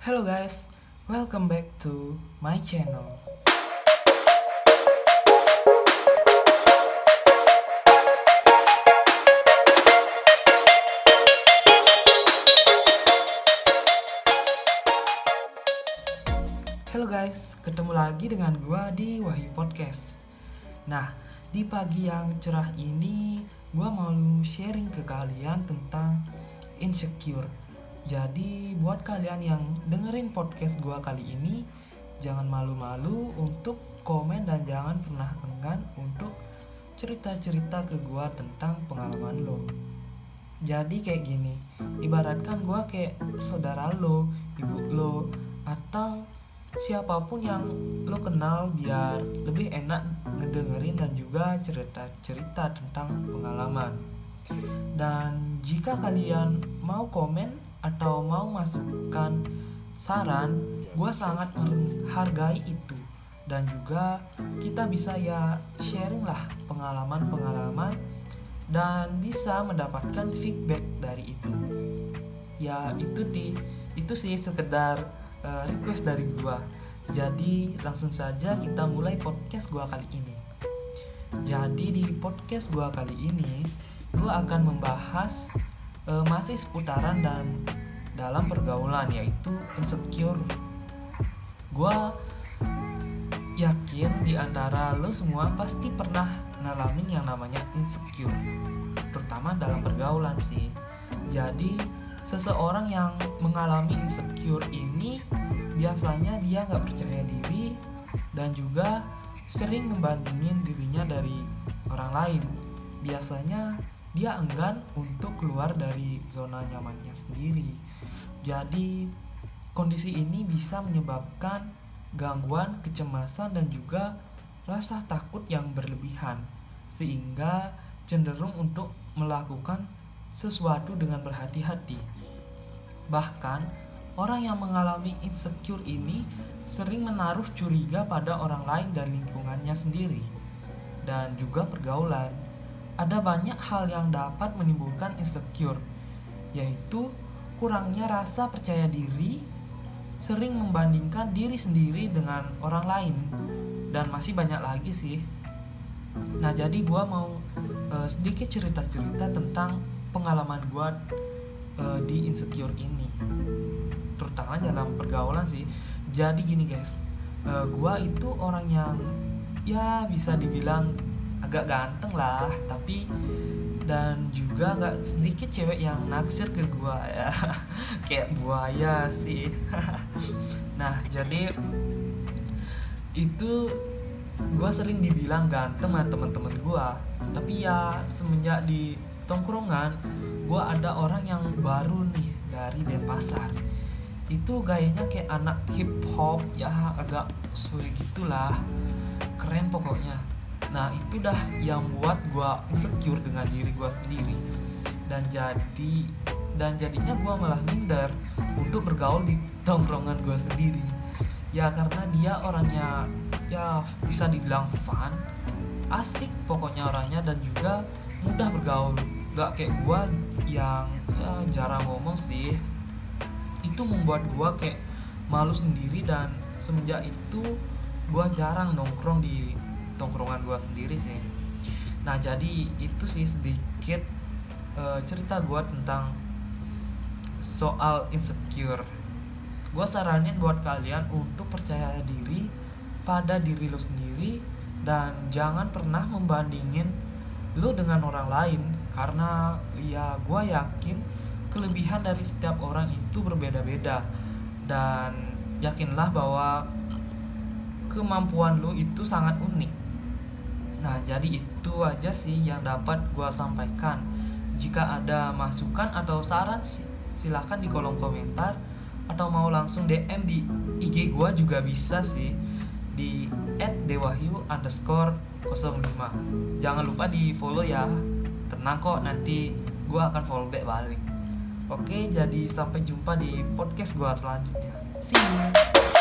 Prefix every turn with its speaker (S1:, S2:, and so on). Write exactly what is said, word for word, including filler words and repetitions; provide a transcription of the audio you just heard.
S1: Hello guys, welcome back to my channel. Hello guys, ketemu lagi dengan gua di Wahyu Podcast. Nah, di pagi yang cerah ini gua mau sharing ke kalian tentang insecure. Jadi buat kalian yang dengerin podcast gua kali ini, jangan malu-malu untuk komen dan jangan pernah enggan untuk cerita-cerita ke gua tentang pengalaman lo. Jadi kayak gini, ibaratkan gua kayak saudara lo, ibu lo, atau siapapun yang lo kenal biar lebih enak ngedengerin dan juga cerita-cerita tentang pengalaman. Dan jika kalian mau komen atau mau masukkan saran, gue sangat menghargai itu. Dan juga kita bisa ya sharing lah pengalaman-pengalaman dan bisa mendapatkan feedback dari itu. Ya itu di itu sih sekedar uh, request dari gue. Jadi langsung saja kita mulai podcast gue kali ini. Jadi di podcast gue kali ini gue akan membahas uh, masih seputaran dan dalam pergaulan, yaitu insecure. Gue yakin di antara lo semua pasti pernah ngalamin yang namanya insecure, terutama dalam pergaulan sih. Jadi seseorang yang mengalami insecure ini biasanya dia nggak percaya diri dan juga sering ngebandingin dirinya dari orang lain. Biasanya dia enggan untuk keluar dari zona nyamannya sendiri. Jadi kondisi ini bisa menyebabkan gangguan kecemasan dan juga rasa takut yang berlebihan, sehingga cenderung untuk melakukan sesuatu dengan berhati-hati. Bahkan orang yang mengalami insecure ini sering menaruh curiga pada orang lain dan lingkungannya sendiri dan juga pergaulan. Ada banyak hal yang dapat menimbulkan insecure, yaitu kurangnya rasa percaya diri, sering membandingkan diri sendiri dengan orang lain, dan masih banyak lagi sih. Nah, jadi gue mau uh, sedikit cerita-cerita tentang pengalaman gue uh, di insecure ini, terutama dalam pergaulan sih. Jadi gini guys, uh, gue itu orang yang ya bisa dibilang agak ganteng lah, tapi dan juga nggak sedikit cewek yang naksir ke gue ya. Kayak buaya sih. Nah jadi itu gue sering dibilang ganteng sama teman-teman gue, tapi ya semenjak di tongkrongan gue ada orang yang baru nih dari Denpasar. Itu gayanya kayak anak hip hop ya, agak suwe gitulah, keren pokoknya. Nah itu dah yang buat gue insecure dengan diri gue sendiri, dan jadi dan jadinya gue malah minder untuk bergaul di tongkrongan gue sendiri. Ya karena dia orangnya ya bisa dibilang fun, asik pokoknya orangnya, dan juga mudah bergaul. Gak kayak gue yang ya jarang ngomong sih. Itu membuat gue kayak malu sendiri, dan semenjak itu gue jarang nongkrong di tongkrongan gue sendiri sih. Nah jadi itu sih sedikit uh, cerita gue tentang soal insecure. Gue saranin buat kalian untuk percaya diri pada diri lo sendiri dan jangan pernah membandingin lo dengan orang lain, karena ya gue yakin kelebihan dari setiap orang itu berbeda-beda, dan yakinlah bahwa kemampuan lo itu sangat unik. Nah jadi itu aja sih yang dapat gue sampaikan. Jika ada masukan atau saran silakan di kolom komentar, atau mau langsung D M di I G gue juga bisa sih, di et dewahyu underscore nol lima. Jangan lupa di follow ya, tenang kok nanti gue akan follow back balik. Oke, jadi sampai jumpa di podcast gue selanjutnya. See you.